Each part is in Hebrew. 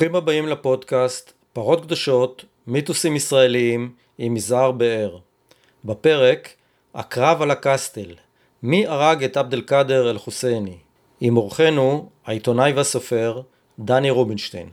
ברוכים הבאים לפודקאסט פרות קדושות, מיתוסים ישראליים עם יזהר באר. בפרק, הקרב על הקסטל, מי הרג את עבד אל-קאדר אל-חוסייני? עם אורחנו, העיתונאי והסופר, דני רובינשטיין.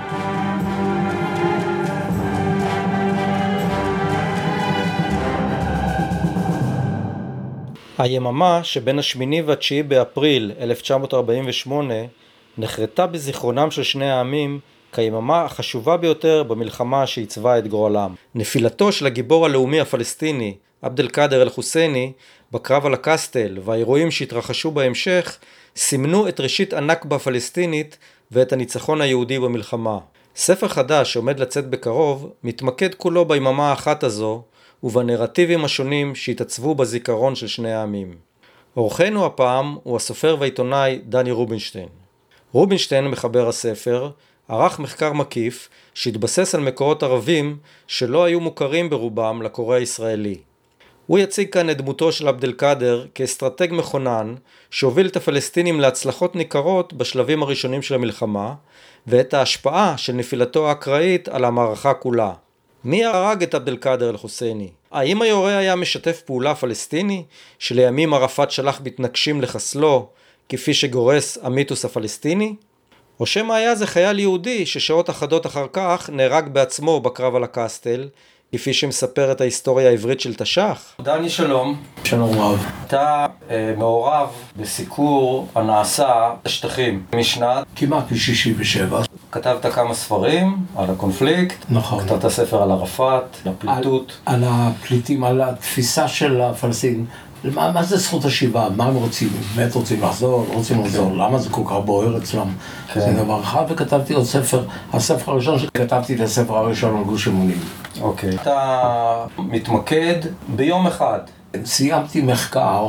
היממה שבין השמיני והתשיעי באפריל 1948 נחרטה בזיכרונם של שני העמים כיממה החשובה ביותר במלחמה שעיצבה את גורלם. נפילתו של הגיבור הלאומי הפלסטיני עבד אל-קאדר אל-חוסייני בקרב על הקסטל והאירועים שהתרחשו בהמשך סימנו את ראשית הנכבה הפלסטינית ואת הניצחון היהודי במלחמה. ספר חדש שעומד לצאת בקרוב מתמקד כולו ביממה האחת הזו ובנרטיבים השונים שהתעצבו בזיכרון של שני העמים. אורחנו הפעם הוא הסופר והעיתונאי דני רובינשטיין. רובינשטיין, מחבר הספר, ערך מחקר מקיף שהתבסס על מקורות ערבים שלא היו מוכרים ברובם לקורא הישראלי. הוא יציג כאן את דמותו של עבד אל-קאדר כאסטרטג מכונן שהוביל את הפלסטינים להצלחות ניכרות בשלבים הראשונים של המלחמה ואת ההשפעה של נפילתו האקראית על המערכה כולה. מי הרג את עבד אל-קאדר אל-חוסייני? האם היורה היה משתף פעולה פלסטיני שלימים ערפאת שלח מתנגשים לחסלו כפי שגורס המיתוס הפלסטיני? או שמא היה זה חייל יהודי ששעות אחדות אחר כך נהרג בעצמו בקרב על הקסטל, כפי שמספר את ההיסטוריה העברית של תש"ח? דני, שלום. שלום רב. אתה מעורב בסיקור הנעשה בשטחים משנת כמעט ב-67. כתבת כמה ספרים על הקונפליקט. נכון. כתבת ספר על ערפאת, על הפליטות. על הפליטים, על התפיסה של הפלסטינים. מה זה זכות השיבה? מה הם רוצים? באמת רוצים לחזור? לא רוצים לחזור? למה זה כל כך בוער אצלם? זה דבר אחד. וכתבתי עוד ספר, הספר הראשון שכתבתי את הספר הראשון על גוש אמונים. אוקיי. אתה מתמקד ביום אחד. סיימתי מחקר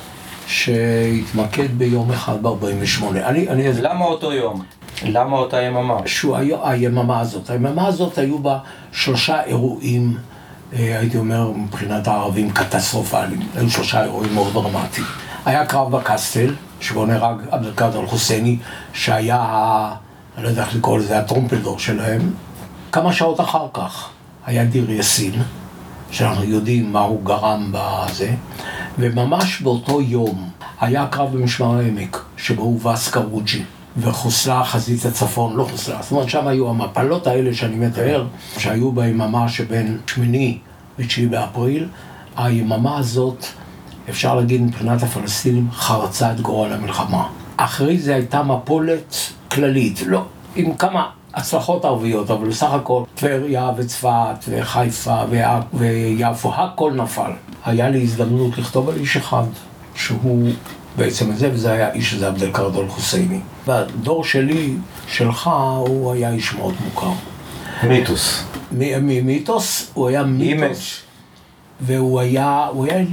שהתמקד ביום אחד ב-48. למה אותו יום? למה אותה יממה? היממה הזאת היו בה 3 אירועים, הייתי אומר מבחינת הערבים קטסטרופליים. היו 3 אירועים מאוד דרמטיים. היה קרב בקסטל, שבו נהרג עבד אל-קאדר אל-חוסייני, שהיה, אני לא יודע איך לקרוא לזה, הטרומפלדור שלהם. כמה שעות אחר כך היה דיר יאסין, שאנחנו יודעים מה הוא גרם בזה, וממש באותו יום היה קרב במשמר העמק, שבו הובס קרוג'י, וחוסלה חזית הצפון, לא חוסלה. זאת אומרת, שם היו המפלות האלה שאני מתאר, שהיו ביממה שבין 8 ו-9 באפריל. היממה הזאת, אפשר להגיד מבחינת הפלסטינים, חרצה את גורל המלחמה. אחרי זה הייתה מפולת כללית, לא, עם כמה הצלחות ערביות, אבל בסך הכל, טבריה וצפת וחיפה ויפו, הכל נפל. היה לי הזדמנות לכתוב על איש אחד, שהוא בעצם זה, וזה היה איש הזה, עבד אל-קאדר אל-חוסייני. והדור שלי, שלך, הוא היה איש מאוד מוכר. מיתוס. מיתוס, הוא היה מיתוס. והוא היה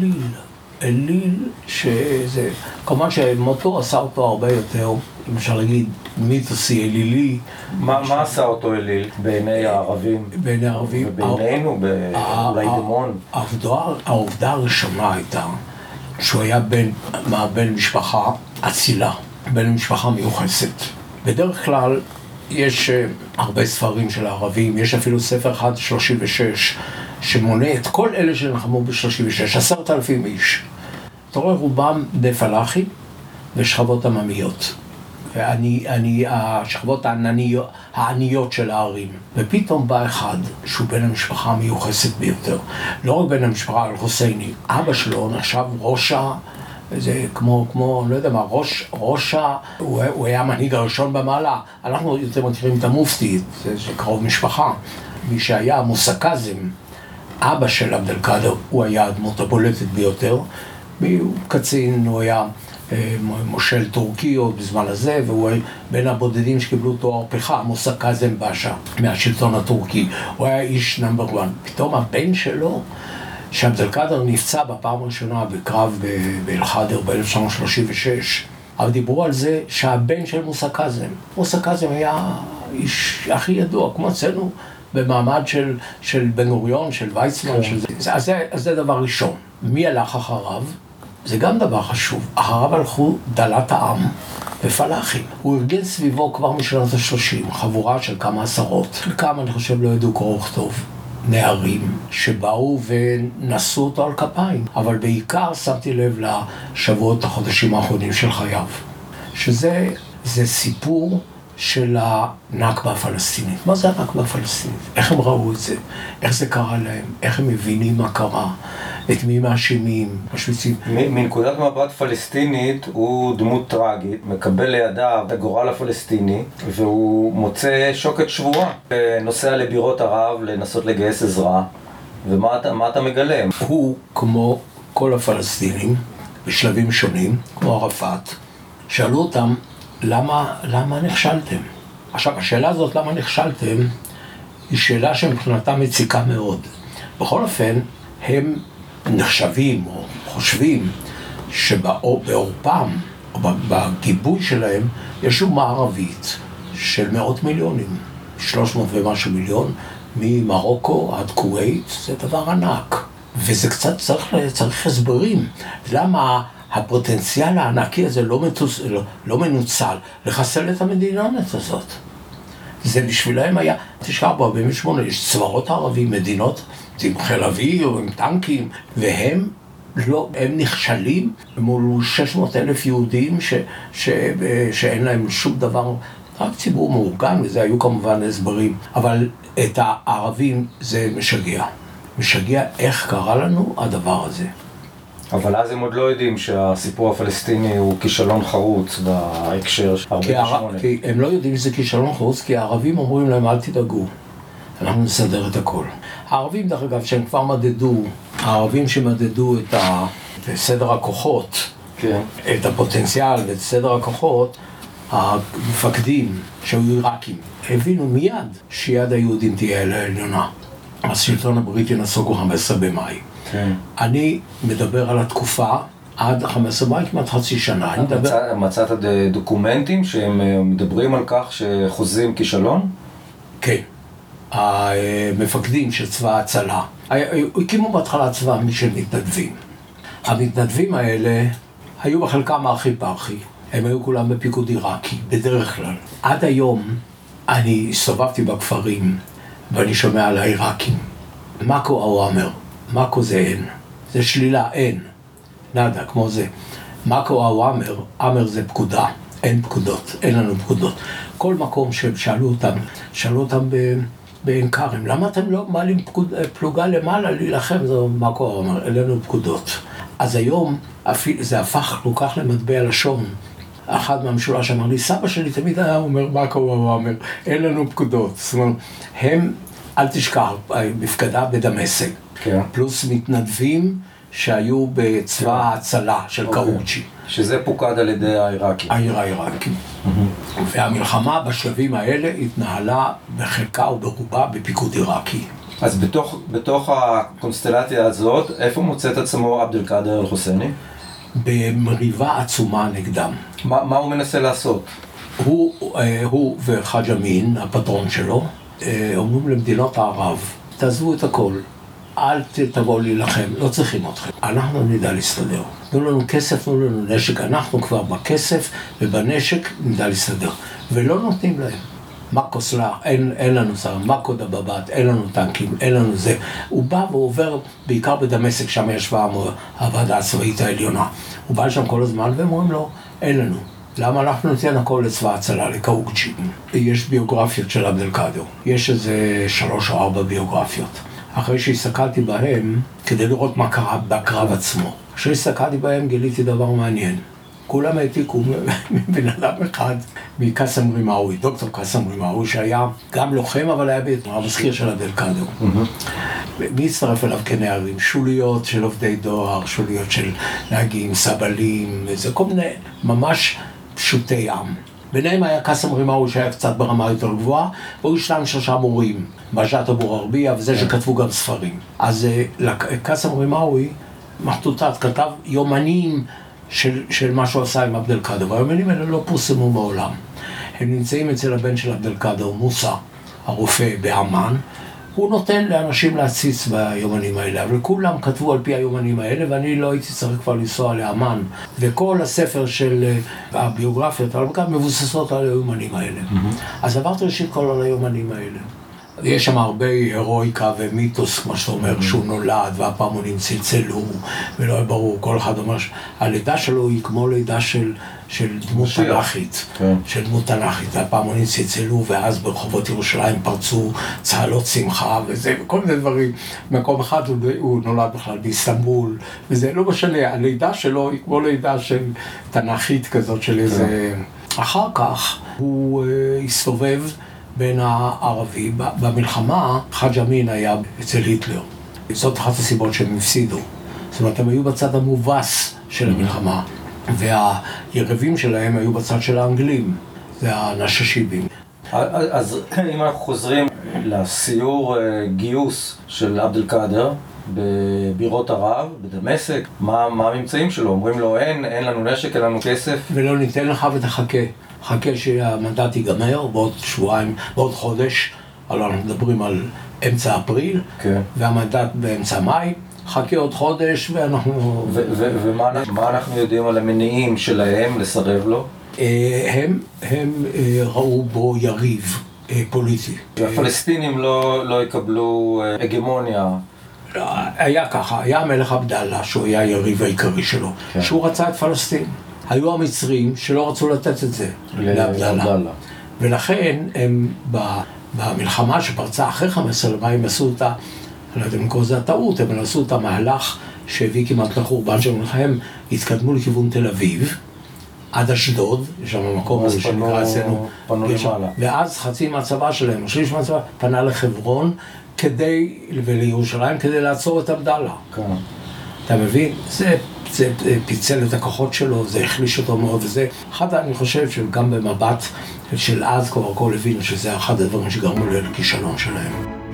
אליל שזה, כמובן שמותו עשה אותו הרבה יותר, אם אפשר להגיד, מיתוסי אלילי. מה עשה אותו אליל בעיני הערבים? בעיני הערבים. ובינינו, אולי דמון. העובדה הראשונה הייתה, שהוא היה בן משפחה אצילה, בן משפחה מיוחסת. בדרך כלל יש הרבה ספרים של הערבים, יש אפילו ספר אחד, 36, שמונה את כל אלה שנחמו ב-36, 10,000 איש. אתה רואה, רובם די פלאחים ושכבות עממיות. השכבות העניות של הערים. ופתאום בא אחד שהוא בן המשפחה המיוחסת ביותר. לא רק בן המשפחה אל-חוסייני, אבא שלו נחשב ראשה, זה כמו, לא יודע מה, הוא היה המנהיג הראשון במעלה. אנחנו יותר מכירים את המופתי, זה קרוב משפחה. מי שהיה מוסא קאזם, אבא של עבד אל-קאדר, הוא היה הדמות הבולטת ביותר. הוא קצין, הוא היה מושל טורקי עוד בזמן הזה, והוא בין הבודדים שקיבלו תואר פחה, מוסא קאזם באשה, מהשלטון הטורקי. הוא היה איש נאמבר 1. פתאום הבן שלו, שעבד אל-קאדר נפצע בפעם הראשונה בקרב באל-חאדר ב-1936, אבל דיברו על זה שהבן של מוסא קאזם היה איש הכי ידוע, כמו אצלנו, במעמד של בן גוריון, של ויצמן, אז זה דבר ראשון. מי הלך אחריו? זה גם דבר חשוב. אחריו הלכו דלת העם, ופלאחים. הוא ארגן סביבו כבר משנות ה-30, חבורה של כמה עשרות. חלקם, אני חושב, לא ידעו קרוא וכתוב. נערים שבאו ונסו אותו על כפיים. אבל בעיקר שמתי לב לשבועות, החודשים האחרונים של חייו. שזה סיפור של הנכבה הפלסטינית. מה זה הנכבה הפלסטינית? איך הם ראו את זה? איך זה קרה להם? איך הם מבינים מה קרה? את מי מאשימים? משוויצים? מנקודת מבט פלסטינית הוא דמות טרגית, מקבל לידיו את הגורל הפלסטיני, והוא מוצא שוקת שבורה. נוסע לבירות ערב לנסות לגייס עזרה, ומה אתה מגלה? הוא, כמו כל הפלסטינים, בשלבים שונים, כמו ערפאת, שאלו אותם, למה נכשלתם? עכשיו, השאלה הזאת, למה נכשלתם, היא שאלה שמבחינתה מציקה מאוד. בכל אופן, הם נחשבים או חושבים שבעורפם, או בגיבוי שלהם, יש אומה ערבית של מאות מיליונים, 300 ומשהו מיליון, ממרוקו עד כווית, זה דבר ענק. וזה קצת צריך הסברים. למה הפוטנציאל הענקי הזה לא מנוצל לחסל את המדינות הזאת? זה בשבילהם היה, תשכח ב-48, יש צבאות ערבים, מדינות עם חיל אוויר, עם טנקים, והם נכשלים מול 600,000 יהודים שאין להם שום דבר, רק ציבור מאורגן, וזה היו כמובן הסברים, אבל את הערבים זה משגע. משגע איך קרה לנו הדבר הזה. אבל אז הם עוד לא יודעים שהסיפור הפלסטיני הוא כישלון חרוץ בהקשר של 48. כי הם לא יודעים שזה כישלון חרוץ, כי הערבים אומרים להם אל תדאגו, אנחנו נסדר את הכל. הערבים דרך אגב שהם כבר מדדו, הערבים שמדדו את סדר הכוחות, כן. את הפוטנציאל ואת סדר הכוחות, המפקדים שהיו עיראקים, הבינו מיד שיד היהודים תהיה אל העליונה. השלטון הבריטי נסוגו 15 במאי. כן. אני מדבר על התקופה עד 15 במאי, כמעט חצי שנה. מצאת דוקומנטים שהם מדברים על כך שחוזים כישלון? כן. המפקדים של צבא ההצלה, הקימו בהתחלה צבא של מתנדבים. המתנדבים האלה היו בחלקם ארכי פרחי, הם היו כולם בפיקוד עיראקי, בדרך כלל. עד היום אני הסתובבתי בכפרים ואני שומע על העיראקים. מאקו אוואמר, מאקו זה אין, זה שלילה, אין, נדה, כמו זה. מאקו אוואמר, אמר זה פקודה, אין פקודות, אין לנו פקודות. כל מקום שהם שאלו אותם בעין כרם, למה אתם לא מעלים פלוגה למעלה להילחם? זה מאקו אוואמר, אין לנו פקודות. אז היום זה הפך כל כך למטבע לשון. אחד מהמשולש אמר לי, סבא שלי תמיד היה אומר, מאקו אוואמר, אין לנו פקודות. זאת אומרת, הם, אל תשכח, מפקדה בדמשק, כן. פלוס מתנדבים שהיו בצבא ההצלה של קרוצ'י. שזה פוקד על ידי העיראקים. העיראקים. והמלחמה בשלבים האלה התנהלה בחלקה וברובה בפיקוד עיראקי. אז בתוך הקונסטלציה הזאת, איפה מוצא את עצמו עבד אל-קאדר אל-חוסייני? במריבה עצומה נגדם. מה הוא מנסה לעשות? הוא וחאג' אמין, הפטרון שלו, אומרים למדינות הערב, תעזבו את הכל, אל תבואו להילחם, לא צריכים אתכם. אנחנו נדע להסתדר. תנו לנו כסף, תנו לנו נשק, אנחנו כבר בכסף ובנשק נדע להסתדר. ולא נותנים להם. מאקו סלאח, אין לנו שר, מאקו דבבת, אין לנו טנקים, אין לנו זה. הוא בא ועובר בעיקר בדמשק, שם ישבה הוועדה הצבאית העליונה. הוא בא לשם כל הזמן והם אומרים לו, אין לנו. למה אנחנו ניתן הכל לצבא הצלה, לקאוקצ'י? יש ביוגרפיות של עבד אל-קאדר. יש איזה 3 או 4 ביוגרפיות. אחרי שהסתכלתי בהם, כדי לראות מה קרה בקרב עצמו. אחרי שהסתכלתי בהם גיליתי דבר מעניין. כולם העתיקו מבן אדם אחד, מקאסם רימאווי, דוקטור קאסם רימאווי, שהיה גם לוחם, אבל היה המזכיר של עבד אל-קאדר. מי הצטרף אליו כנערים? שוליות של עובדי דואר, שוליות של נהגים, סבלים, זה כל מיני ממש פשוטי עם. ביניהם היה קאסם רימאווי שהיה קצת ברמה יותר גבוהה, והיו 2-3 מורים, בג'ת אבו רביע, וזה שכתבו גם ספרים. אז קאסם רימאווי, מחתותת, כתב יומנים של מה שהוא עשה עם עבד אל-קאדר, והיומנים האלה לא פורסמו מעולם. הם נמצאים אצל הבן של עבד אל-קאדר, מוסא, הרופא באמן, הוא נותן לאנשים להציץ ביומנים האלה, אבל כולם כתבו על פי היומנים האלה, ואני לא הייתי צריך כבר לנסוע לאמן. וכל הספר של הביוגרפיות מבוססות על היומנים האלה. אז עברתי ראשית כל על היומנים האלה. יש שם הרבה הירואיקה ומיתוס, כמו שאתה אומר, שהוא נולד, והפעמונים צלצלו, ולא היה ברור, כל אחד אומר, הלידה שלו היא כמו לידה של דמות תנ"כית, של דמות תנ"כית, הפעמונים צלצלו, ואז ברחובות ירושלים פרצו צהלות שמחה, וזה, וכל מיני דברים. במקום אחד הוא נולד בכלל באיסטנבול, וזה לא משנה, הלידה שלו היא כמו לידה של תנ"כית כזאת, של איזה... אחר כך הוא הסתובב בין הערבים. במלחמה, חאג' אמין היה אצל היטלר. זאת אחת הסיבות שהם הפסידו. זאת אומרת, הם היו בצד המובס של המלחמה, והיריבים שלהם היו בצד של האנגלים, זה הנששיבים. אז אם אנחנו חוזרים לסיור גיוס של עבד אל-קאדר בבירות ערב, בדמשק, מה הממצאים שלו? אומרים לו, אין לנו נשק, אין לנו כסף. ולא ניתן לך ותחכה. חכה שהמנדט ייגמר בעוד שבועיים, בעוד חודש, אנחנו מדברים על אמצע אפריל, והמנדט באמצע מאי, חכה עוד חודש ואנחנו... ומה אנחנו יודעים על המניעים שלהם לסרב לו? הם ראו בו יריב פוליטי. והפלסטינים לא יקבלו הגמוניה. היה ככה, היה המלך עבדאללה, שהוא היה היריב העיקרי שלו, שהוא רצה את פלסטין. היו המצרים שלא רצו לתת את זה לעבדאללה. ולכן הם במלחמה שפרצה אחרי 15 למאי, הם עשו אותה, אני לא יודע אם כל זה הטעות, הם עשו את המהלך שהביא כמעט לחורבן של המלחמה, הם התקדמו לכיוון תל אביב, עד אשדוד, יש שם מקום הזה שנקרא אצלנו, ואז חצי מהצבא שלהם, שליש מהצבא, פנה לחברון ולירושלים כדי לעצור את עבדאללה. אתה מבין? זה פיצל את הכוחות שלו, זה החליש אותו מאוד, וזה אחד, אני חושב שגם במבט של אז כבר הכל הבינו שזה אחד הדברים שגרמו לכישלון שלהם.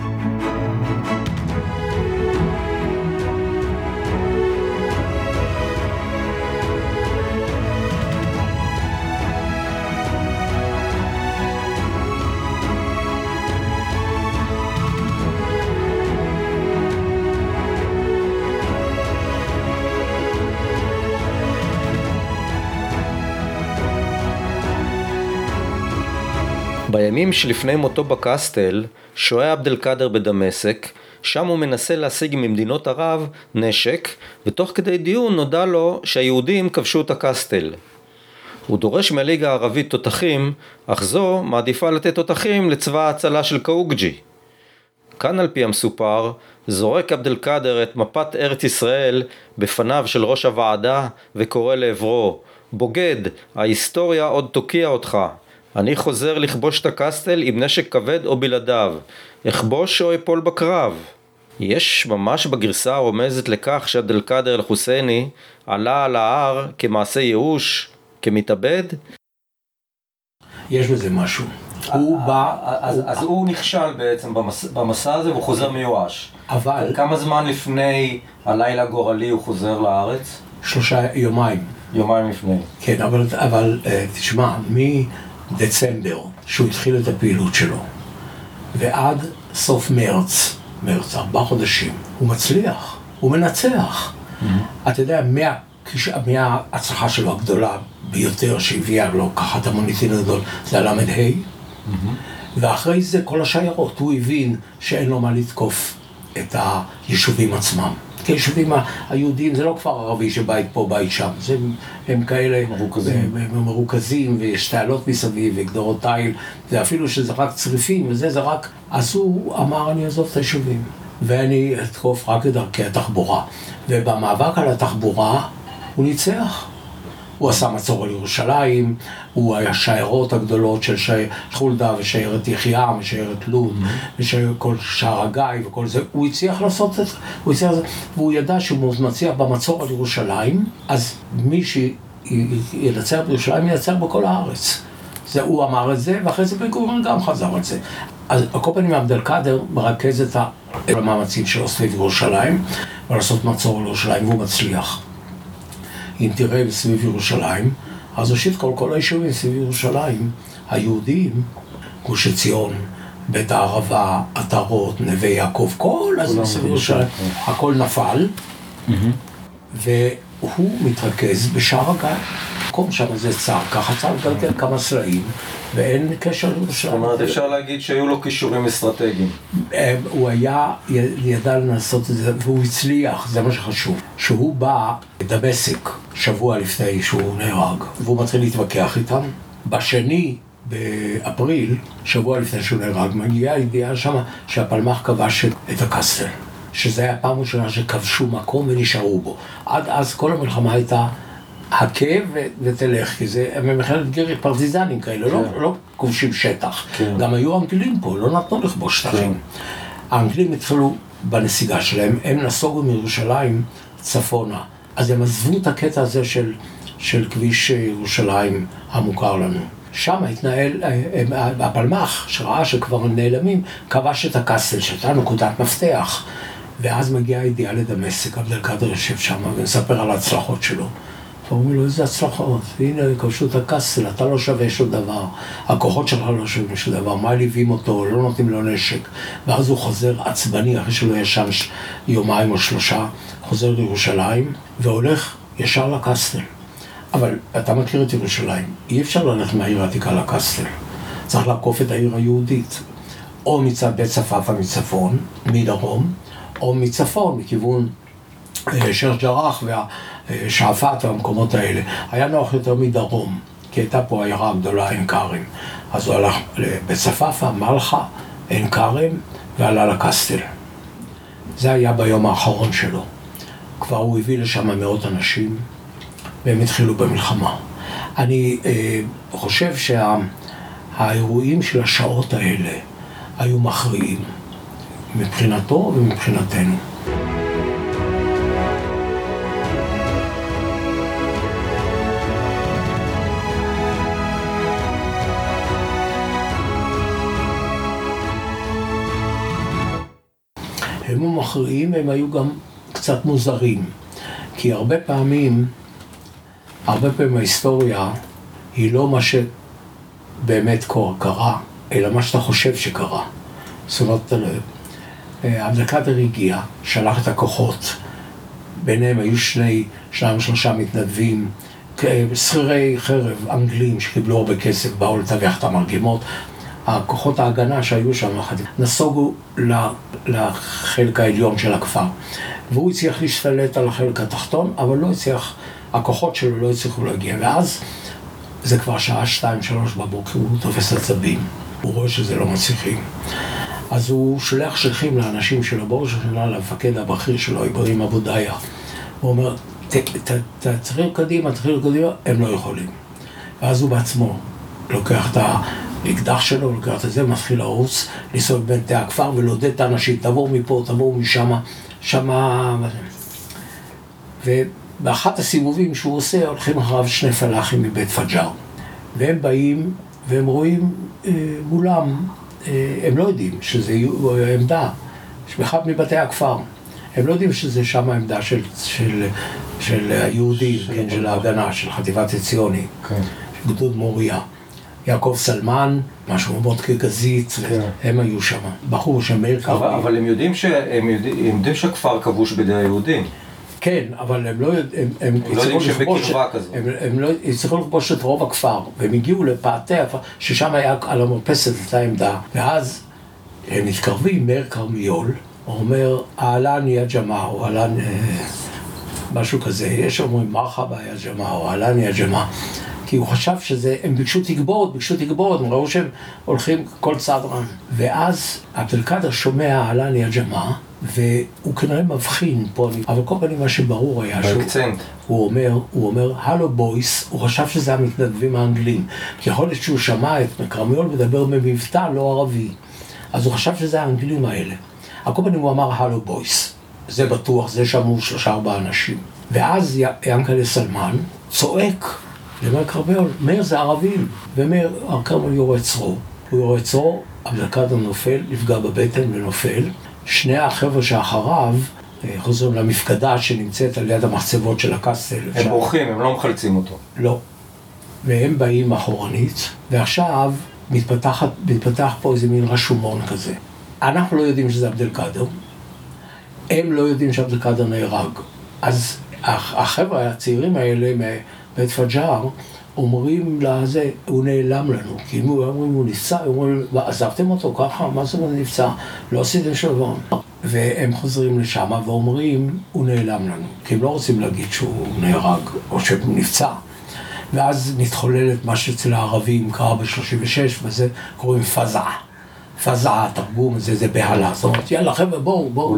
בימים שלפני מותו בקסטל, שוהה עבד אל-קאדר בדמשק, שם הוא מנסה להשיג ממדינות ערב נשק, ותוך כדי דיון נודע לו שהיהודים כבשו את הקסטל. הוא דורש מהליגה הערבית תותחים, אך זו מעדיפה לתת תותחים לצבא ההצלה של קאוג'י. כאן על פי המסופר, זורק עבד אל-קאדר את מפת ארץ ישראל בפניו של ראש הוועדה וקורא לעברו, בוגד, ההיסטוריה עוד תוקיע אותך. אני חוזר לכבוש את הקסטל עם נשק כבד או בלעדיו, אכבוש או אפול בקרב. יש ממש בגרסה הרומזת לכך שעבד אל-קאדר אל-חוסייני עלה על ההר כמעשה ייאוש, כמתאבד? יש בזה משהו. אז הוא נכשל בעצם במסע הזה והוא חוזר מיואש. אבל... כמה זמן לפני הלילה הגורלי הוא חוזר לארץ? 3 יומיים. יומיים לפני. כן, אבל תשמע, מדצמבר, שהוא התחיל את הפעילות שלו, ועד סוף מרץ, 4 חודשים, הוא מצליח, הוא מנצח. אתה יודע, מההצלחה שלו הגדולה ביותר שהביאה לו ככה את המוניטין הגדול, זה הלמד ה', ואחרי זה כל השיירות, הוא הבין שאין לו מה לתקוף את היישובים עצמם. כי היישובים היהודיים זה לא כפר ערבי שבית פה, בית שם, הם כאלה מרוכזים, ויש תעלות מסביב וגדרות תיל, זה אפילו שזה רק צריפים, וזה זה רק... אז הוא אמר, אני אעזוב את היישובים, ואני אתקוף רק את דרכי התחבורה. ובמאבק על התחבורה הוא ניצח. הוא עשה מצור על ירושלים, הוא היה שיירות הגדולות של חולדה ושיירת יחיה ושיירת לוד וכל שער הגיא וכל זה, הוא הצליח לעשות את זה, והוא ידע שהוא מצליח במצור על ירושלים, אז מי שינצח בירושלים ינצח בכל הארץ. הוא אמר את זה, ואחרי זה בן-גוריון גם חזר על זה. אז על כל פנים עבד אל-קאדר מרכז את המאמצים שלו סביב ירושלים, ולעשות מצור על ירושלים, והוא מצליח. אם תראה סביב ירושלים, אז ראשית כל היישובים סביב ירושלים, היהודים, גוש עציון בית הערבה, עטרות, נווה יעקב, כל הזמן ירושלים, הכל נפל, והוא מתרכז בשער הגיא. מקום שם זה צר, ככה צר גלגל כמה סלעים, ואין קשר לירושלים. זאת אומרת, אפשר להגיד שהיו לו קישורים אסטרטגיים. הוא ידע לנסות את זה, והוא הצליח, זה מה שחשוב. שהוא בא לדמשק שבוע לפני שהוא נהרג, והוא מתחיל להתווכח איתם. בשני באפריל, שבוע לפני שהוא נהרג, מגיעה הידיעה שם שהפלמ"ח כבש את הקסטל. שזה היה פעם ראשונה שכבשו מקום ונשארו בו. עד אז כל המלחמה הייתה הכה ותלך, כי זה ממלחמת גירי פרטיזנים כאלה, לא כובשים שטח. גם היו אנגלים פה, לא נתנו לכבוש שטחים. האנגלים התחילו בנסיגה שלהם, הם נסוגו מירושלים צפונה. אז הם עזבו את הקטע הזה של כביש ירושלים המוכר לנו. שם התנהל, הפלמ"ח שראה שכבר נעלמים, כבש את הקסטל, שהייתה נקודת מפתח. ואז מגיעה הידיעה לדמשק, עבד אל-קאדר יושב שם ומספר על ההצלחות שלו. ואומרים לו, איזה הצלחות? הנה, כבשו את הקסטל, אתה לא שווה שום דבר. הכוחות שלך לא שווים שום דבר. מה ליווים אותו? לא נותנים לו נשק. ואז הוא חוזר עצבני, אחרי שלא ישן יומיים או שלושה, חוזר לירושלים, והולך ישר לקסטל. אבל אתה מכיר את ירושלים, אי אפשר ללכת מהעיר העתיקה לקסטל. צריך לעקוף את העיר היהודית. או מצד בית צפאפא מצפון, מדרום, או מצפון, מכיוון שייח' ג'ראח והשועפאט והמקומות האלה. היה נוח יותר מדרום, כי הייתה פה העירה הגדולה עין כרם. אז הוא הלך לבית צפאפא, מלחה, עין כרם, ועלה לקסטל. זה היה ביום האחרון שלו. כבר הוא הביא לשם מאות אנשים, והם התחילו במלחמה. אני חושב שהאירועים של השעות האלה היו מכריעים, מבחינתו ומבחינתנו. הם מכריעים, הם היו גם קצת מוזרים, כי הרבה פעמים ההיסטוריה היא לא מה שבאמת קרה, אלא מה שאתה חושב שקרה. זאת אומרת, עבד אל-קאדר הגיע, שלח את הכוחות, ביניהם היו שלושה מתנדבים, שכירי חרב אנגלים שקיבלו הרבה כסף, באו לטווח את המרגמות. הכוחות ההגנה שהיו שם נסוגו לחלק העליון של הכפר, והוא הצליח להשתלט על החלק התחתון, אבל הכוחות שלו לא הצליחו להגיע, ואז זה כבר שעה 2-3 בבוקר, הוא תופס עצבים, הוא רואה שזה לא מצליחים. אז הוא שולח שליחים לאנשים שלו, בראש השנה למפקד הבכיר שלו, איברהים אבו דאיה. הוא אומר, תתחיל קדימה, הם לא יכולים. ואז הוא בעצמו לוקח את האקדח שלו, לוקח את זה, מתחיל לרוץ, לנסוע בין תאי הכפר ולעודד את האנשים, תבואו מפה, תבואו משם, ובאחת הסיבובים שהוא עושה, הולכים אחריו 2 פלאחים מבית פג'ר. והם באים והם רואים מולם, הם לא יודעים שזה עמדה, באחד מבתי הכפר. הם לא יודעים שזה שם העמדה של היהודים, של ההגנה, של חטיבת עציוני, גדוד מוריה. יעקב סלמן, משהו מאוד כגזית, הם היו שם. בחור שמאיר קרבי. אבל הם יודעים שהכפר כבוש בידי היהודים. כן, אבל הם לא יודעים שבקרבה כזאת. הם לא הצליחו לכבוש את רוב הכפר, והם הגיעו לפאתי הכפר, ששם היה על המרפסת את העמדה, ואז הם מתקרבים, מאיר קרמיול, הוא אומר, אהלן יא ג'מאע, או אהלן, משהו כזה, יש אומרים, מרחבה יא ג'מאע, או אהלן יא ג'מאע, כי הוא חשב שזה, הם ביקשו תגבורת, הם ראו שהם הולכים כל צעד רן. ואז עבד אל-קאדר שומע אהלן יא ג'מאע, והוא כנראה מבחין פה, אבל כל פעמים מה שברור היה שהוא אומר, הלו בויס, הוא חשב שזה המתנדבים האנגלים, כי יכול להיות שהוא שמע את קרמיול מדבר במבטא לא ערבי, אז הוא חשב שזה האנגלים האלה. על כל פעמים הוא אמר הלו בויס, זה בטוח, זה שמעו 3-4 אנשים. ואז ינקלה סלמן צועק למאיר קרמיול, מאיר זה ערבים, ומאיר קרמיול יורה צרו, עבד אל-קאדר נופל, נפגע בבטן ונופל. 2 החבר'ה שאחריו חוזרים למפקדה שנמצאת על יד המחצבות של הקסטל. הם בורחים, הם לא מחלצים אותו. לא. והם באים אחורנית, ועכשיו מתפתח פה איזה מין רשומון כזה. אנחנו לא יודעים שזה עבד אל-קאדר, הם לא יודעים שעבד אל-קאדר נהרג. אז החבר'ה הצעירים האלה מבית פג'אר אומרים לזה, הוא נעלם לנו, כי אם אומרים הוא נפצע, אומרים, עזבתם אותו ככה, מה זה הוא נפצע? לא עשיתם שלום. והם חוזרים לשם ואומרים, הוא נעלם לנו, כי הם לא רוצים להגיד שהוא נהרג או שהוא נפצע. ואז מתחוללת מה שאצל הערבים קרה ב-36, וזה קוראים פזעה. פזעה, תרגום, זה בהלה. זאת אומרת, יאללה חבר'ה, בואו.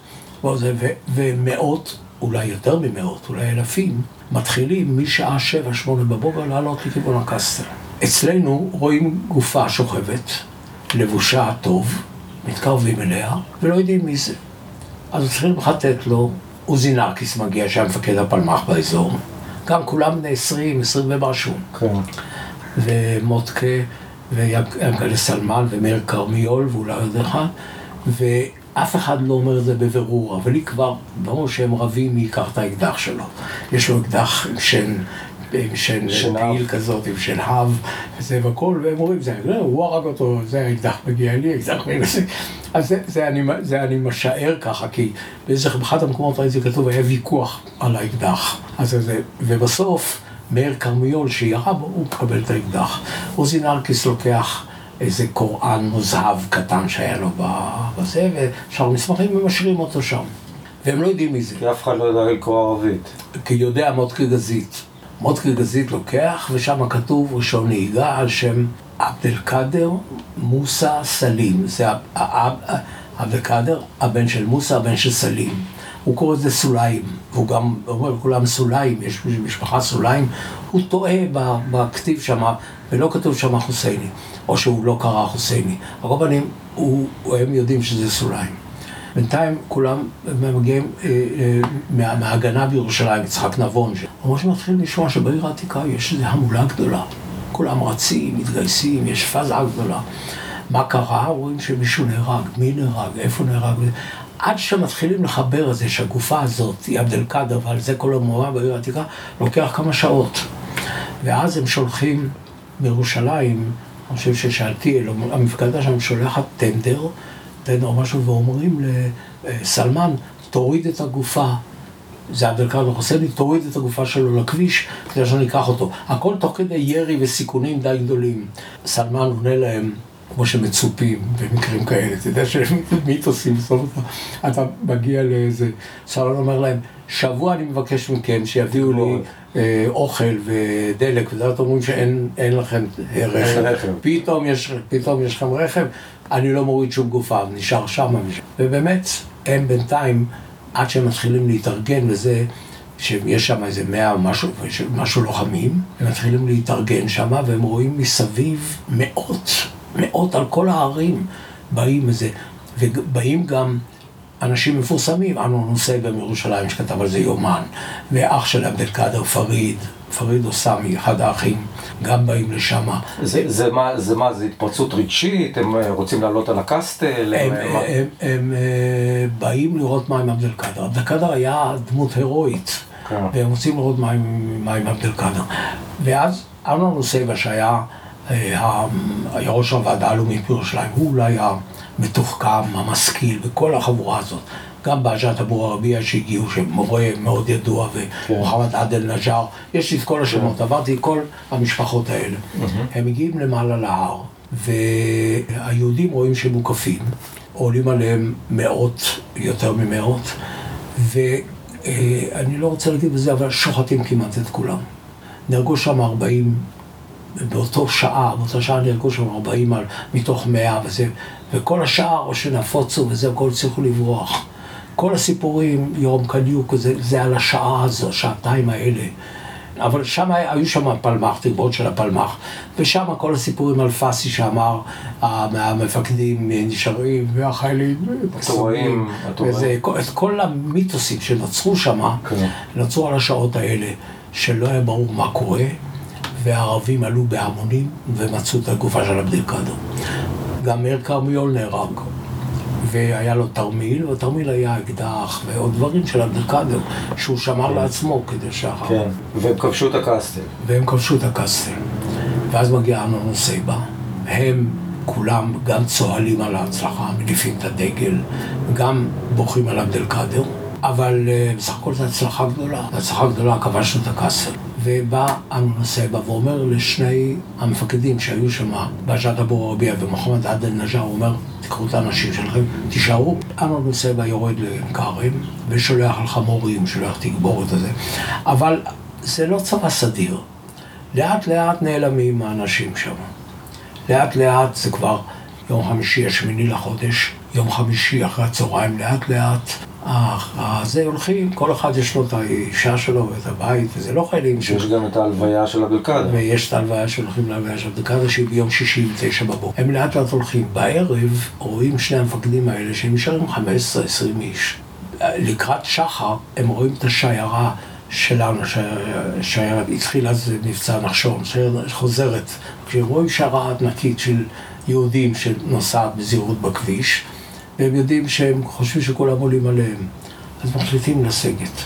ומאות, אולי יותר ממאות, אולי אלפים, מתחילים משעה 7-8 בבוקר לעלות לכיוון הקסטל. אצלנו רואים גופה שוכבת, לבושה טוב, מתקרבים אליה, ולא יודעים מי זה. אז צריכים לחטט לו, עוזי נרקיס מגיע, שהיה מפקד הפלמ"ח באזור. גם כולם בני 20 ומשהו. כן. ומוטקה, ויענקלה סלמן, ומאיר כרמיול, ואולי עוד אחד, ואף אחד לא אומר את זה בבירור, אבל היא כבר, ברור שהם רבים, מי ייקח את האקדח שלו. יש לו אקדח עם שן פיל כזאת, עם שן הב, וזה וכל, והם אומרים, הוא הרג אותו, זה האקדח מגיע לי, אקדח מגיע לי. אז זה אני משער ככה, כי באחד המקומות ראיתי כתוב, היה ויכוח על האקדח. ובסוף, מאיר כרמיול שירה בו, הוא מקבל את האקדח. עוזי נרקיס לוקח איזה קוראן מוזהב קטן שהיה לו בזה, ושאר מסמכים ומשאירים אותו שם. והם לא יודעים מי זה. כי אף אחד לא יודע לקרוא ערבית. כי יודע מוטקה גזית. מוטקה גזית לוקח, ושם כתוב ראשון נהיגה על שם עבד אל-קאדר מוסא סלים. זה עבד אל-קאדר, הבן של מוסא, הבן של סלים. הוא קורא את זה סוליים, והוא גם אומר לכולם סוליים, יש משפחה סוליים. הוא טועה בכתיב שם, ולא כתוב שם חוסייני, או שהוא לא קרא חוסייני. הרבנים, הם יודעים שזה סוליים. בינתיים כולם מגיעים מההגנה בירושלים, יצחק נבון. ממש מתחיל לשמוע שבעיר העתיקה יש איזו המולה גדולה. כולם רצים, מתגייסים, יש פאזה גדולה. מה קרה? רואים שמישהו נהרג, מי נהרג, איפה נהרג. עד שמתחילים לחבר את זה שהגופה הזאת היא עבד אל-קאדר, ועל זה כל המורה בעיר העתיקה, לוקח כמה שעות. ואז הם שולחים מירושלים, אני חושב ששאלתי, המפקדה שם שולחת טנדר או משהו, ואומרים לסלמן, תוריד את הגופה, זה עבד אל-קאדר חוסייני, תוריד את הגופה שלו לכביש, כדי שאני אקח אותו. הכל תוך כדי ירי וסיכונים די גדולים. סלמן עונה להם, כמו שמצופים במקרים כאלה, אתה יודע שמיתוסים בסוף אתה מגיע לאיזה, סלמן אומר להם, שבוע אני מבקש מכם שיביאו לי אוכל ודלק, ואתם אומרים שאין לכם רכב, פתאום יש לכם רכב, אני לא מוריד שום גופה, נשאר שם. ובאמת, הם בינתיים, עד שהם מתחילים להתארגן לזה, שיש שם איזה 100 משהו לוחמים, הם מתחילים להתארגן שם, והם רואים מסביב מאות על כל הערים באים איזה, ובאים גם אנשים מפורסמים, אנו נוסע בירושלים שכתב על זה יומן, ואח של עבד אל-קאדר פריד אוסמי, אחד האחים, גם באים לשם. זה מה, זה התפרצות רגשית? הם רוצים לעלות על הקסטל? הם באים לראות מה עם עבד אל-קאדר. עבד אל-קאדר היה דמות הירואית, והם רוצים לראות מה עם עבד אל-קאדר. ואז אנו נוסע שהיה ראש הוועדה הלאומית בירושלים, הוא אולי המתוחכם, המשכיל, וכל החבורה הזאת. גם באג'ת אבו ערבייה שהגיעו, שמורה מאוד ידוע, ומוחמד עדל נג'אר, יש לי את כל השמות, עברתי את כל המשפחות האלה. הם מגיעים למעלה להר, והיהודים רואים שהם מוקפים, עולים עליהם מאות, יותר ממאות, ואני לא רוצה להגיד בזה, אבל שוחטים כמעט את כולם. נהרגו שם 40, באותה שעה נהרגו שם 40 מתוך 100 וזה, וכל השאר או שנפוצו וזה, הכל צריכו לברוח. כל הסיפורים, יורם קניוק, זה על השעה הזו, שעתיים האלה. אבל שם היו שם הפלמ"ח, תגברות של הפלמ"ח, ושם כל הסיפורים על פאסי שאמר, המפקדים נשארים, והחיילים, התוראים. את כל המיתוסים שנוצרו שם, נוצרו על השעות האלה, שלא היה ברור מה קורה, והערבים עלו בהמונים ומצאו את הגופה של עבד אל-קאדר. גם מאיר כרמיול נהרג, והיה לו תרמיל, והתרמיל היה אקדח ועוד דברים של עבד אל-קאדר, שהוא שמר לעצמו כדי שאחר. כן, והם כבשו את הקסטל. ואז מגיע אמנון סייבה, הם כולם גם צוהלים על ההצלחה, מניפים את הדגל, גם בוכים על עבד אל-קאדר, אבל בסך הכל זו הצלחה גדולה. הצלחה גדולה, כבשנו את הקאסל. ובא אנואר סייבה ואומר לשני המפקדים שהיו שם, באג'ת אבו רביע ומוחמד עדל נג'אר, הוא אומר, תקחו את האנשים שלכם, תישארו. אנואר סייבה יורד לכרם ושולח על חמורים, שולח תגבורת הזה. אבל זה לא צבא סדיר. לאט לאט נעלמים האנשים שם. לאט לאט זה כבר יום חמישי, 8 לחודש, יום חמישי אחרי הצהריים, לאט לאט. זה הולכים, כל אחד יש לו את האישה שלו ואת הבית, וזה לא חיילים. יש גם את ההלוויה של עבד אל-קאדר. ויש את ההלוויה שהולכים להלוויה של עבד אל-קאדר, שהיא ביום שישי ב9 בבוקר. הם לאט לאט הולכים. בערב רואים שני המפקדים האלה שהם נשארים 15-20 איש. לקראת שחר הם רואים את השיירה שלנו, שיירה התחילה אז מבצע נחשון, שחוזרת. כשהם רואים שיירה ענקית של יהודים שנוסעת בזהירות בכביש, והם יודעים שהם חושבים שכולם עולים עליהם, אז מחליטים לסגת.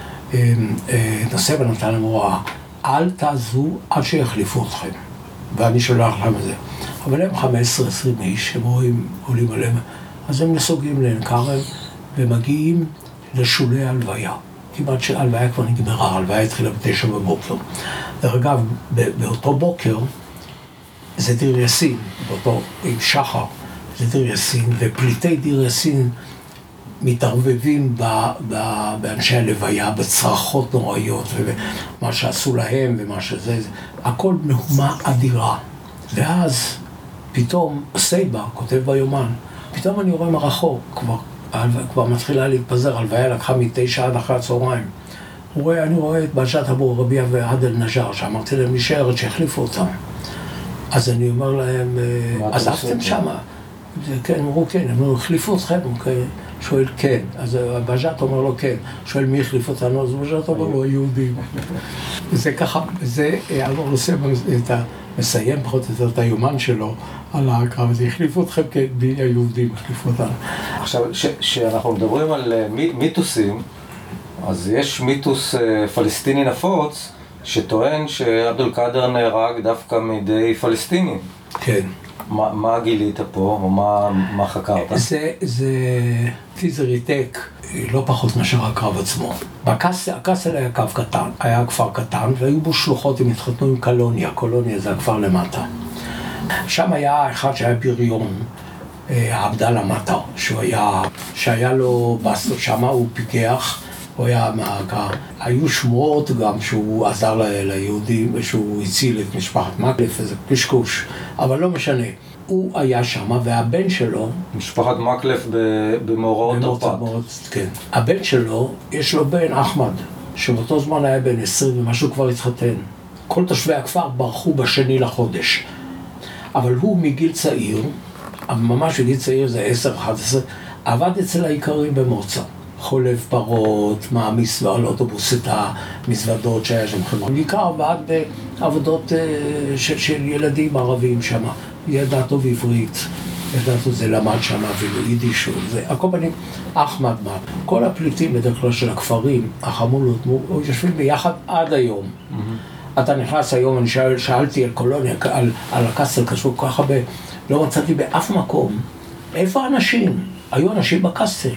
נוסע ונתן להם הוראה, אל תעזבו עד שיחליפו אתכם, ואני שולח לכם את זה. אבל הם 15-20 איש, הם רואים עולים עליהם, אז הם נסוגים לעין כרם ומגיעים לשולי ההלוויה. כמעט שההלוויה כבר נגמרה, ההלוויה התחילה ב9 בבוקר. דרך אגב, באותו בוקר, זה דיר יאסין, באותו עם שחר, זה דיר יאסין, ופליטי דיר יאסין מתערבבים באנשי הלוויה, בצרחות נוראיות, ומה שעשו להם ומה שזה, הכל מהומה אדירה. ואז פתאום סייבה כותב ביומן, פתאום אני רואה מרחוק, כבר מתחילה להתפזר, הלוויה לקחה מ9 עד אחרי הצהריים. אני רואה את באג'ת אבו רביע ועדל נג'אר, שאמרתי להם נשארת, שהחליפו אותם. אז אני אומר להם, עזבתם שמה? כן, אמרו כן, הם החליפו אתכם, שואל כן, אז באג'ת אומר לו כן, שואל מי החליף אותנו, אז באג'ת אומר לו היהודים. וזה ככה, זה אנואר סייבה מסיים פחות או יותר את היומן שלו על הקרב הזה, החליפו אתכם כן, מי היהודים החליפו אותנו. עכשיו, כשאנחנו מדברים על מיתוסים, אז יש מיתוס פלסטיני נפוץ, שטוען שעבד אל-קאדר נהרג דווקא מידי פלסטינים. כן. מה גילית פה, או מה חקרת? זה ריתק לא פחות מאשר הקרב עצמו. הקאסל היה קו קטן, היה כפר קטן, והיו בו שלוחות, הם התחתנו עם קולוניה, קולוניה זה הכפר למטה. שם היה אחד שהיה בריון, עבדאללה מטר, שהיה לו בסטות שם, הוא פיגח, הוא היה מהקה. היו שמועות גם שהוא עזר ליהודים ושהוא הציל את משפחת מקלף, איזה קשקוש, אבל לא משנה. הוא היה שם והבן שלו... משפחת מקלף במאורעות תרפ"ט. כן. הבן שלו, יש לו בן אחמד, שבאותו זמן היה בן 20 ומשהו כבר התחתן. כל תושבי הכפר ברחו ב2 לחודש. אבל הוא מגיל צעיר, ממש מגיל צעיר זה 10-11, עבד אצל העיקרים במוצא. חולב פרות, מעמיס על אוטובוס את המזוודות שהיה שם חברה. בעיקר ועד בעבודות של ילדים ערבים שם. ידע טוב עברית, ידע טוב זה למד שם אפילו יידיש, הכל פנים, אחמד מה. כל הפליטים בדרך כלל של הכפרים, החמולות, יושבים ביחד עד היום. אתה נכנס היום, אני שאלתי על קולוניה, על הקאסל, קשור ככה לא מצאתי באף מקום. איפה האנשים? היו אנשים בקאסל.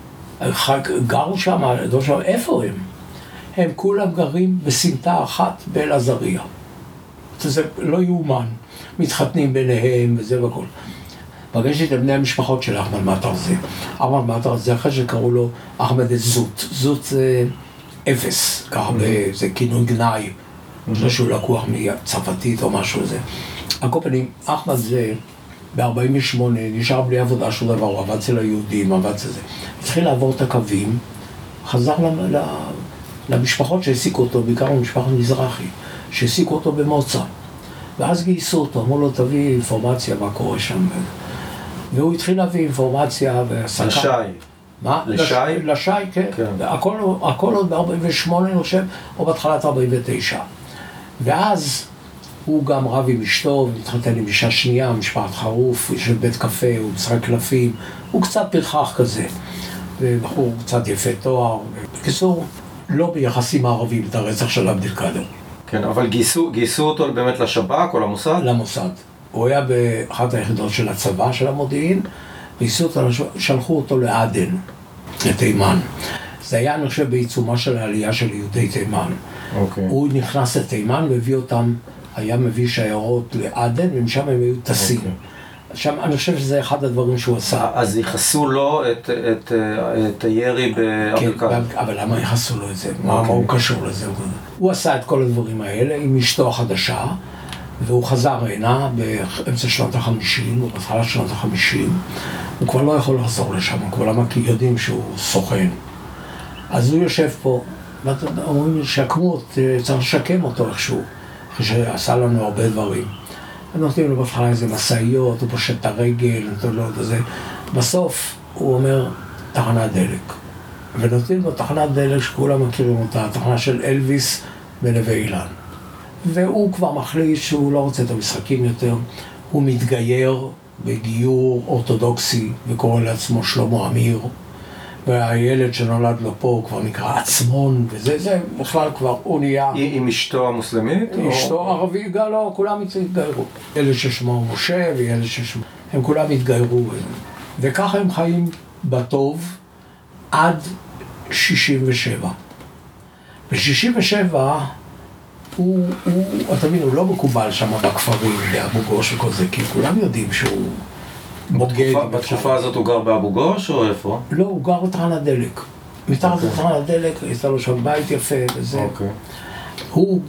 גרו שם, איפה הם? הם כולם גרים בסמטה אחת באל-עזריה. זה לא יאומן. מתחתנים ביניהם וזה וכל. פגשתי את בני המשפחות של אחמד מטר זה. אחמד מטר זה אחרי שקראו לו אחמד זוט. זוט זה אפס, ככה זה כינוי גנאי. לא שהוא לקוח מצרפתית או משהו זה. על כל פנים, אחמד זה ב-48 נשאר בלי עבודה שום דבר, הוא עבד אצל היהודים, עבד אצל זה. התחיל לעבור את הקווים, חזר למשפחות שהעסיקו אותו, בעיקר למשפחת מזרחי, שהעסיקו אותו במוצא. ואז גייסו אותו, אמרו לו תביא אינפורמציה מה קורה שם. והוא התחיל להביא אינפורמציה והסקה. לשי. מה? לשי? לשי, כן. הכל עוד ב-48 אני חושב, או בהתחלת 49. ואז הוא גם רב עם אשתו, מתחתן עם אישה שנייה, משפחת חרוף, יש בית קפה, הוא משחק קלפים, הוא קצת פרחח כזה. ובחור קצת יפה תואר. בקיצור, לא ביחסים הערבים את הרצח של עבד אל-קאדר. כן, אבל גייסו אותו באמת לשב"כ או למוסד? למוסד. הוא היה באחת היחידות של הצבא, של המודיעין, שלחו אותו לעדן, לתימן. זה היה, אני חושב, בעיצומה של העלייה של יהודי תימן. הוא נכנס לתימן והביא אותם, היה מביא שיירות לעדן, ומשם הם היו טסים. שם, אני חושב שזה אחד הדברים שהוא עשה. אז ייחסו לו את הירי בעבד אל-קאדר. כן, אבל למה ייחסו לו את זה? מה הוא קשור לזה? הוא עשה את כל הדברים האלה עם אשתו החדשה, והוא חזר הנה באמצע שנות ה-50, או בהתחלת שנות ה-50. הוא כבר לא יכול לחזור לשם, הוא כבר למה כי יודעים שהוא סוכן. אז הוא יושב פה, ואומרים, שקמו, צריך לשקם אותו איכשהו, אחרי שעשה לנו הרבה דברים. נותנים לו בהתחלה איזה מסעיות, הוא פושט את הרגל, נותן לו את זה. בסוף הוא אומר, תחנת דלק. ונותנים לו תחנת דלק שכולם מכירים אותה, התחנה של אלוויס בנווה אילן. והוא כבר מחליט שהוא לא רוצה את המשחקים יותר, הוא מתגייר בגיור אורתודוקסי וקורא לעצמו שלמה אמיר, והילד שנולד לו פה הוא כבר נקרא עצמון, וזה בכלל כבר הוא נהיה... עם אשתו המוסלמית? אשתו ערבי, לא, כולם התגיירו. ילד ששמו משה וילד ששמו... הם כולם התגיירו. וככה הם חיים בטוב עד 67. ב-67 אתה מבין, הוא לא מקובל שם בכפרים, באבו גוש וכל זה, כי כולם יודעים שהוא בוגד. בתקופה הזאת הוא גר באבו גוש או איפה? לא, הוא גר בתחנת דלק. מתחת לתחנת דלק, יש לו שם בית יפה וזה. הוא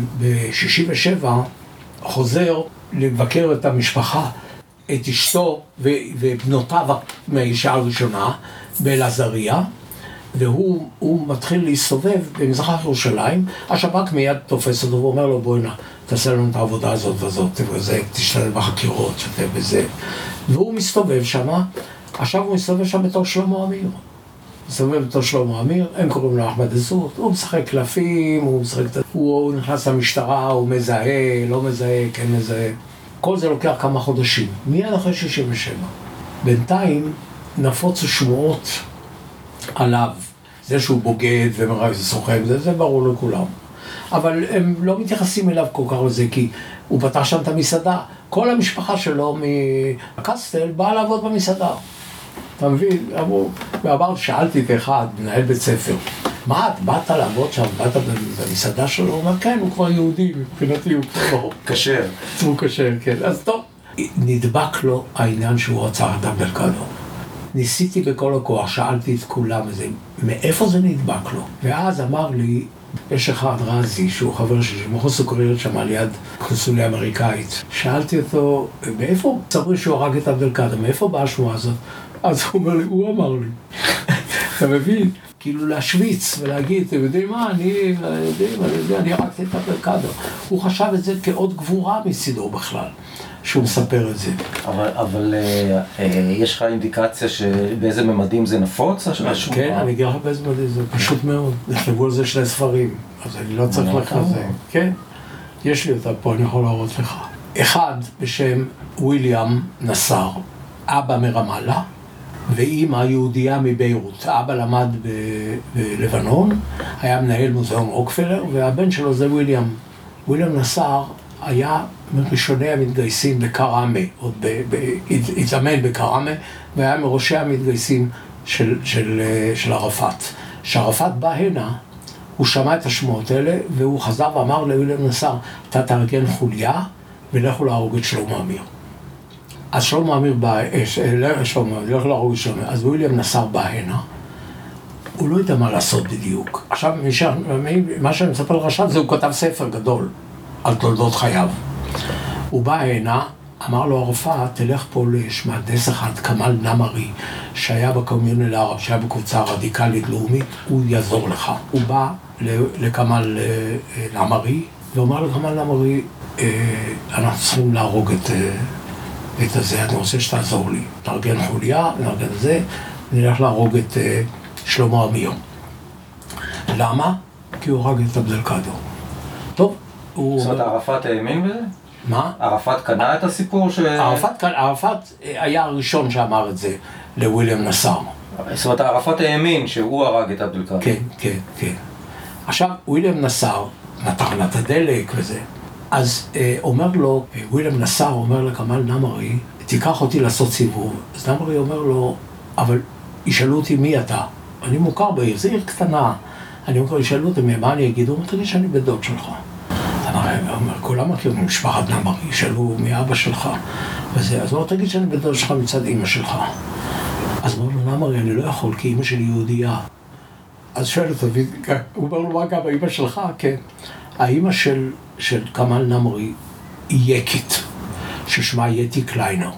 ב-67 חוזר לבקר את המשפחה, את אשתו ובנותיו מהאישה הראשונה באלעזריה, והוא מתחיל להסתובב במזרח ירושלים, השב"כ מיד תופס אותו ואומר לו, בואי נע, תעשה לנו את העבודה הזאת וזאת, תשתתף בחקירות, שתתף בזה. והוא מסתובב שם, עכשיו הוא מסתובב שם בתור שלמה אמיר. מסתובב בתור שלמה אמיר, הם קוראים לו אחמד עזות, הוא משחק קלפים, הוא נכנס למשטרה, הוא מזהה, לא מזהה, כן מזהה. כל זה לוקח כמה חודשים, מיד אחרי 67. בינתיים נפוצו שמועות עליו, זה שהוא בוגד ומראה זה סוחב, זה ברור לכולם. אבל הם לא מתייחסים אליו כל כך לזה, כי הוא פתח שם את המסעדה. כל המשפחה שלו מקסטל באה לעבוד במסעדה. אתה מבין? ואמר, שאלתי את אחד, מנהל בית ספר, מה את באת לעבוד שם? באת במסעדה שלו? הוא אומר, כן, הוא כבר יהודי, מבחינתי הוא כבר לא. קשר. הוא קשר, כן. אז טוב. נדבק לו העניין שהוא רצה את עבד אל-קאדר. ניסיתי בכל הכוח, שאלתי את כולם איזה, מאיפה זה נדבק לו? ואז אמר לי, יש אחד רזי, שהוא חבר שלי, מחוץ סוכריות שם על יד קונסוליה אמריקאית. שאלתי אותו, מאיפה סברי שהוא הרג את עבד אל-קאדר? מאיפה באה השמועה הזאת? אז הוא אומר לי, הוא אמר לי. אתה מבין? כאילו להשוויץ ולהגיד, אתם יודעים מה, אני הרגתי את עבד אל-קאדר. הוא חשב את זה כעוד גבורה מצידו בכלל. שהוא מספר את זה. אבל יש לך אינדיקציה שבאיזה ממדים זה נפוץ? כן, אני אגיד לך באיזה ממדים, זה פשוט מאוד. נכתבו על זה 2 ספרים, אז אני לא צריך לך זה. כן, יש לי אותה פה, אני יכול להראות לך. אחד בשם וויליאם נסאר, אבא מרמאללה, ואמא יהודייה מביירות. אבא למד בלבנון, היה מנהל מוזיאון רוקפלר, והבן שלו זה וויליאם. וויליאם נסאר היה מראשוני המתגייסים בקראמה, עוד התאמן בקראמה, והיה מראשי המתגייסים של ערפאת. כשערפאת בא הנה, הוא שמע את השמועות האלה, והוא חזר ואמר לוויליאם נסאר, אתה תארגן חוליה, ולכו להרוג את שלמה אמיר. אז שלמה אמיר בא, לכו להרוג את שלמה, אז וויליאם נסאר בא הנה, הוא לא ידע מה לעשות בדיוק. עכשיו, מה שאני מספר לך עכשיו, זה הוא כתב ספר גדול. על תולדות חייו. הוא בא הנה, אמר לו ערפאת, תלך פה למהנדס אחד, כמאל נמרי, שהיה בקומיון אל-ערב, שהיה בקבוצה רדיקלית לאומית, הוא יעזור לך. הוא בא לכמאל נמרי, ואומר לכמאל נמרי, אנחנו צריכים להרוג את הזה, אני רוצה שתעזור לי. נארגן חוליה, נארגן את זה, נלך להרוג את שלמה אמיר. למה? כי הוא הרג את עבד אל-קאדר. טוב. זאת אומרת, ערפאת האמין בזה? מה? ערפאת קנה את הסיפור ש... ערפאת היה הראשון שאמר את זה לוויליאם נסאר. זאת אומרת, ערפאת האמין שהוא הרג את עבד אל-קאדר. כן. עכשיו, וויליאם נסאר, מתחנת הדלק וזה, אז אומר לו, ווילם נסאר אומר לכמאל נמרי, תיקח אותי לעשות סיבוב. אז נמרי אומר לו, אבל ישאלו אותי מי אתה. אני מוכר בעיר, זו עיר קטנה. אני אומר, ישאלו אותי מה אני אגיד, הוא אומר, תגיד שאני בדוד שלך. נמרי אומר, כולם מכירים משפחת נמרי, ישאלו מי אבא שלך. וזה, אז הוא אומר, תגיד שאני בדוד שלך מצד אמא שלך. אז הוא אומר לו, נמרי, אני לא יכול, כי אמא שלי יהודייה. אז שואל אותו, הוא אומר לו, מה גם, האמא שלך? כן. האמא של כמאל נמרי היא יקית, ששמה יתי קליינר.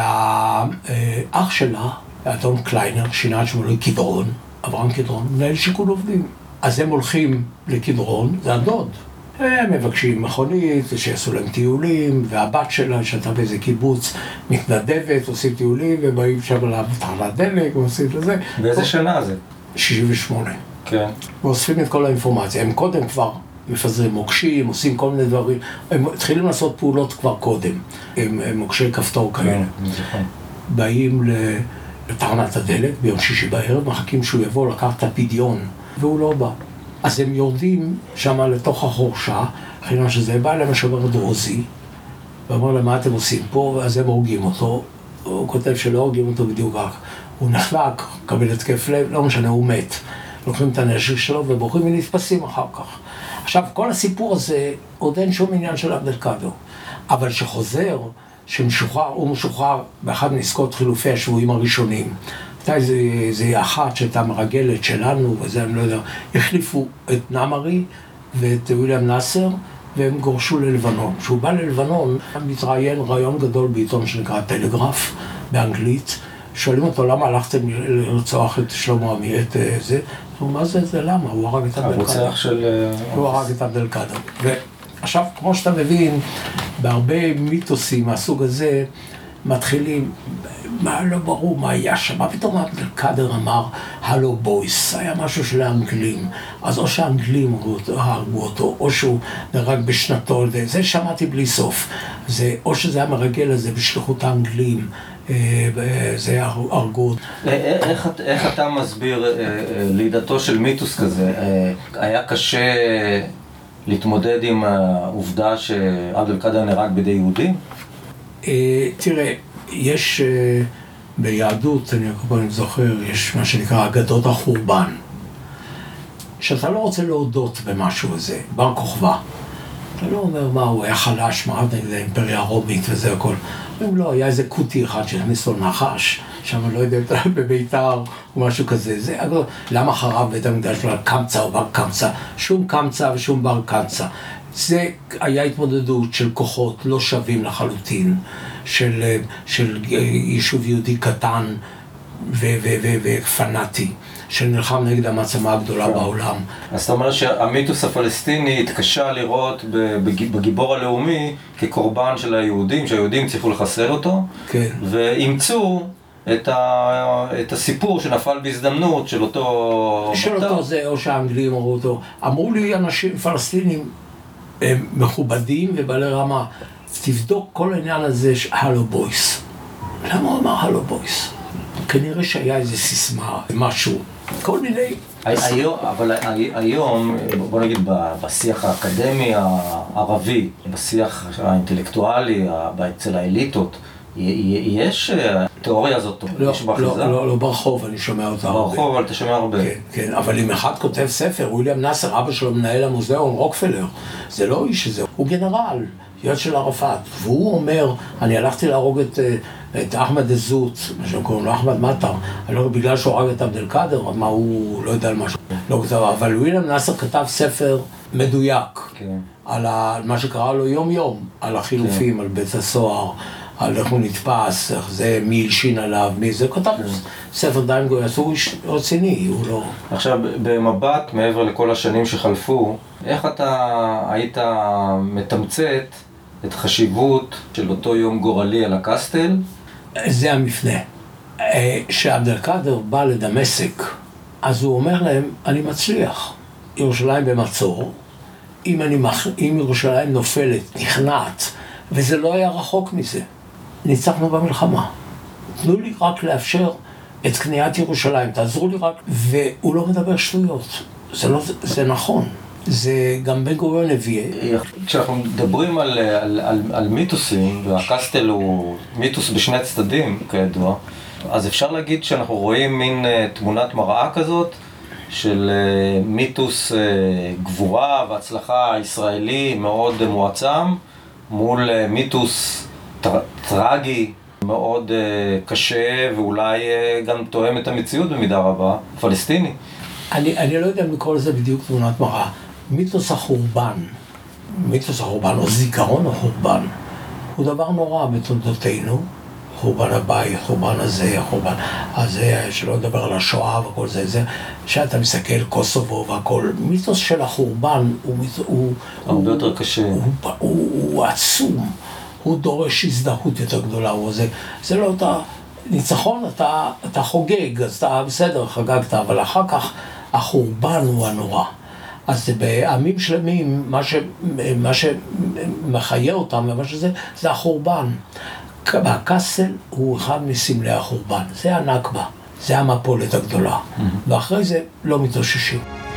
והאח שלה, אדון קליינר, שינה את שמו לקדרון, אברהם קדרון, מנהל שיכון עובדים. אז הם הולכים לקדרון, זה הדוד. הם מבקשים מכונית, שיעשו להם טיולים, והבת שלה, שאתה באיזה קיבוץ, מתנדבת, עושים טיולים, ובאים שם לתחנת דלק, ועושים את זה. באיזה שנה זה? 68. כן. ואוספים את כל האינפורמציה. הם קודם כבר מפזרים מוקשים, עושים כל מיני דברים. הם התחילים לעשות פעולות כבר קודם. הם מוקשי כפתור כאלה. באים לתחנת הדלק ביום שישי בערב, מחכים שהוא יבוא לקח את הפדיון, והוא לא בא. אז הם יורדים שם לתוך החורשה, אחרי שזה בא להם השומר דרוזי, ואומר להם, מה אתם עושים פה? ואז הם הורגים אותו. הוא כותב שלא הורגים אותו בדיוק רק. הוא נחלק, קבל התקף לב, לא משנה, הוא מת. לוקחים את הנשק שלו ובורחים ונתפסים אחר כך. עכשיו, כל הסיפור הזה עוד אין שום עניין של עבד אל-קאדר. אבל שחוזר, שמשוחרר, הוא משוחרר באחד מעסקות חילופי השבויים הראשונים. זה אחת שהייתה מרגלת שלנו, וזה אני לא יודע, החליפו את נמרי ואת וויליאם נאסר, והם גורשו ללבנון. כשהוא בא ללבנון, הוא מתראיין רעיון גדול בעיתון שנקרא טלגרף, באנגלית. שואלים אותו, למה הלכתם לרצוח את שלמה עמי, את זה? הוא אומר, מה זה, למה? הוא הרג את עבד אל-קאדר. הרוצח של... הוא הרג את עבד אל-קאדר. ועכשיו, כמו שאתה מבין, בהרבה מיתוסים מהסוג הזה, מתחילים, מה לא ברור מה היה שם, מה פתאום עבד אל-קאדר אמר, הלו בויס, היה משהו של האנגלים, אז או שהאנגלים הרגו אותו, או שהוא נהרג בשנתו, זה שמעתי בלי סוף, זה, או שזה היה מרגל הזה בשליחות האנגלים, זה הרגות. איך אתה מסביר לידתו של מיתוס כזה? היה קשה להתמודד עם העובדה שעבד אל-קאדר נהרג בידי יהודים? תראה, יש ביהדות, אני כל פעם זוכר, יש מה שנקרא אגדות החורבן. שאתה לא רוצה להודות במשהו הזה, בר כוכבא. אתה לא אומר מה, הוא היה חלש, מה נגד האימפריה הרומית וזה הכל. אם לא, היה איזה קוטי אחד שהכניס לו נחש, שם לא יודע, בביתר או משהו כזה. זה, למה חרב בית המקדש של קמצא או בר קמצא? שום קמצא ושום בר קמצא. זה היה התמודדות של כוחות לא שווים לחלוטין, של יישוב יהודי קטן ופנאטי, שנלחם נגד המעצמה הגדולה בעולם. אז אתה אומר שהמיתוס הפלסטיני התקשה לראות בגיבור הלאומי כקורבן של היהודים, שהיהודים צריכו לחסל אותו, כן. ואימצו את הסיפור שנפל בהזדמנות של אותו... של אותו זה, או שהאנגלים אמרו אותו. אמרו לי אנשים פלסטינים מכובדים ובעלי רמה, תבדוק כל העניין הזה הלו בויס. למה הוא אמר הלו בויס? כנראה שהיה איזה סיסמה, משהו, כל מיני... אבל היום, בוא נגיד, בשיח האקדמי הערבי, בשיח האינטלקטואלי, אצל האליטות, יש תיאוריה הזאת, יש באחיזה? לא, ברחוב אני שומע אותה הרבה. ברחוב, אבל אתה שומע הרבה. כן, אבל אם אחד כותב ספר, וויליאם נאסר, אבא שלו מנהל המוזיאון, רוקפלר, זה לא איש הזה, הוא גנרל, יועץ של ערפאת, והוא אומר, אני הלכתי להרוג את אחמד א-זות, מה שהם קוראים לו אחמד מטר, בגלל שהוא הרג את עבד אל-קאדר, מה הוא לא יודע על משהו, לא כתב, אבל וויליאם נאסר כתב ספר מדויק, על מה שקרה לו יום יום, על החילופים, על בית הסוהר, על איך הוא נתפס, איך זה, מי הלשין עליו, מי זה, כתב ספר די מגויס, הוא רציני, הוא לא... עכשיו, במבט, מעבר לכל השנים שחלפו, איך אתה היית מתמצת את חשיבות של אותו יום גורלי על הקסטל? זה המפנה. שעבד אל-קאדר בא לדמשק, אז הוא אומר להם, אני מצליח. ירושלים במצור, אם ירושלים נופלת, נכנעת, וזה לא היה רחוק מזה. ניצחנו במלחמה. תנו לי רק לאפשר את קניית ירושלים, תעזרו לי רק. והוא לא מדבר שטויות. זה נכון. זה גם בן גוריון הביא. כשאנחנו מדברים על מיתוסים, והקסטל הוא מיתוס בשני צדדים כידוע, אז אפשר להגיד שאנחנו רואים מין תמונת מראה כזאת של מיתוס גבורה והצלחה ישראלי מאוד מועצם מול מיתוס טרגי מאוד קשה ואולי גם תואם את המציאות במידה רבה, פלסטיני. אני לא יודע אם לקרוא לזה בדיוק תמונת מראה. מיתוס החורבן או זיכרון החורבן הוא דבר נורא בתולדותינו. חורבן הבית, חורבן הזה, שלא לדבר על השואה וכל זה, שאתה מסתכל קוסובו והכל, מיתוס של החורבן הוא הרבה יותר קשה. הוא עצום, הוא דורש הזדהות יותר גדולה, זה לא אתה ניצחון, אתה חוגג, אז אתה בסדר, חגגת, אבל אחר כך החורבן הוא הנורא. אז בעמים שלמים, מה שמחיה אותם, זה החורבן. הקסטל הוא אחד מסמלי החורבן, זה הנכבה, זה המפולת הגדולה, ואחרי זה לא מתאוששים.